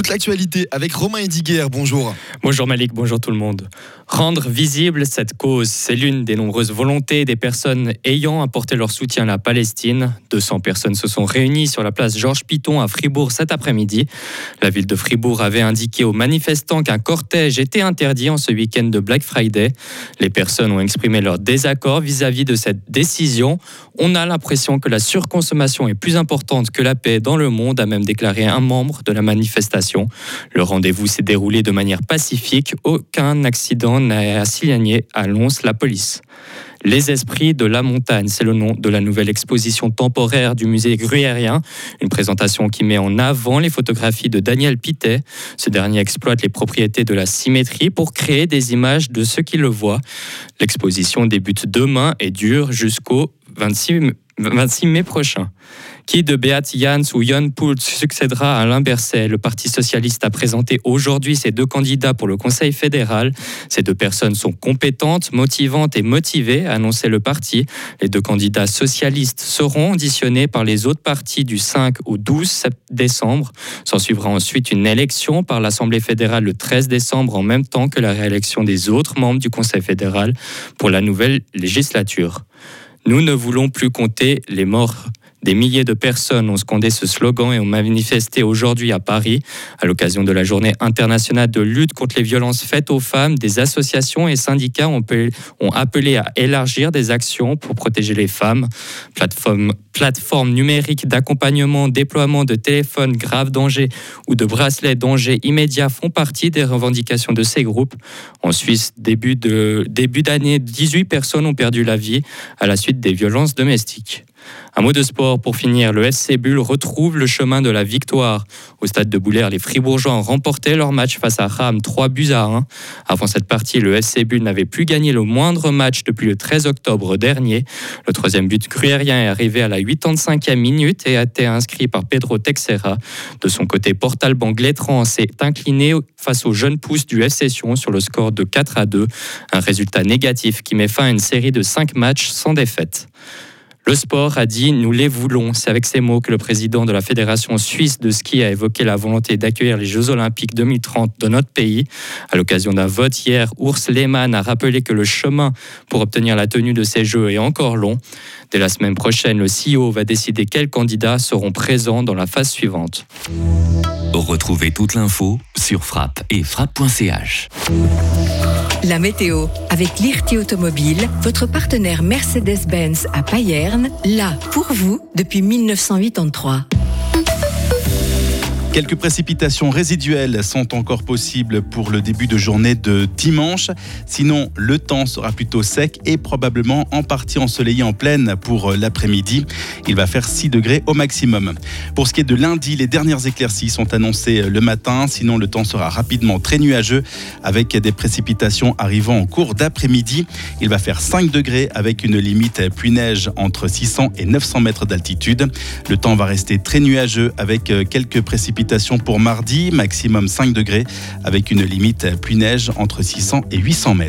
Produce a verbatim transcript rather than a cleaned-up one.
Toute l'actualité avec Romain Ediguer, bonjour. Bonjour Malik, bonjour tout le monde. Rendre visible cette cause, c'est l'une des nombreuses volontés des personnes ayant apporté leur soutien à la Palestine. deux cents personnes se sont réunies sur la place Georges Piton à Fribourg cet après-midi. La ville de Fribourg avait indiqué aux manifestants qu'un cortège était interdit en ce week-end de Black Friday. Les personnes ont exprimé leur désaccord vis-à-vis de cette décision. On a l'impression que la surconsommation est plus importante que la paix dans le monde, a même déclaré un membre de la manifestation. Le rendez-vous s'est déroulé de manière pacifique. Aucun accident n'a à signaler, annonce la police. Les esprits de la montagne, c'est le nom de la nouvelle exposition temporaire du musée gruyérien. Une présentation qui met en avant les photographies de Daniel Pittet. Ce dernier exploite les propriétés de la symétrie pour créer des images de ceux qui le voient. L'exposition débute demain et dure jusqu'au vingt-six mai prochain. Qui de Beat Jans ou Jon Poult succédera à Alain Berset? Le Parti socialiste a présenté aujourd'hui ses deux candidats pour le Conseil fédéral. Ces deux personnes sont compétentes, motivantes et motivées, a annoncé le parti. Les deux candidats socialistes seront auditionnés par les autres partis du cinq au douze décembre. S'en suivra ensuite une élection par l'Assemblée fédérale le treize décembre, en même temps que la réélection des autres membres du Conseil fédéral pour la nouvelle législature. Nous ne voulons plus compter les morts. Des milliers de personnes ont scandé ce slogan et ont manifesté aujourd'hui à Paris. À l'occasion de la journée internationale de lutte contre les violences faites aux femmes, des associations et syndicats ont appelé à élargir des actions pour protéger les femmes. Plateforme, plateforme numérique d'accompagnement, déploiement de téléphones grave danger ou de bracelets danger immédiat font partie des revendications de ces groupes. En Suisse, début, de, début d'année, dix-huit personnes ont perdu la vie à la suite des violences domestiques. Un mot de sport pour finir, le F C Bull retrouve le chemin de la victoire. Au stade de Boulaire, les Fribourgeois ont remporté leur match face à Ham, trois buts à un. Avant cette partie, le F C Bull n'avait plus gagné le moindre match depuis le treize octobre dernier. Le troisième but gruyérien est arrivé à la quatre-vingt-cinquième minute et a été inscrit par Pedro Teixeira. De son côté, Portalban Glétran s'est incliné face aux jeunes pousses du F C Sion sur le score de quatre à deux. Un résultat négatif qui met fin à une série de cinq matchs sans défaite. Le sport a dit « nous les voulons ». C'est avec ces mots que le président de la Fédération suisse de ski a évoqué la volonté d'accueillir les Jeux Olympiques deux mille trente de notre pays. À l'occasion d'un vote hier, Urs Lehmann a rappelé que le chemin pour obtenir la tenue de ces Jeux est encore long. Dès la semaine prochaine, le C E O va décider quels candidats seront présents dans la phase suivante. Retrouvez toute l'info sur Frappe et frappe point c h. La météo, avec Lirti Automobile, votre partenaire Mercedes-Benz à Payerne, là pour vous depuis mille neuf cent quatre-vingt-trois. Quelques précipitations résiduelles sont encore possibles pour le début de journée de dimanche. Sinon, le temps sera plutôt sec et probablement en partie ensoleillé en pleine pour l'après-midi. Il va faire six degrés au maximum. Pour ce qui est de lundi, les dernières éclaircies sont annoncées le matin. Sinon, le temps sera rapidement très nuageux avec des précipitations arrivant en cours d'après-midi. Il va faire cinq degrés avec une limite pluie-neige entre six cents et neuf cents mètres d'altitude. Le temps va rester très nuageux avec quelques précipitations pour mardi, maximum cinq degrés avec une limite pluie-neige entre six cents et huit cents mètres.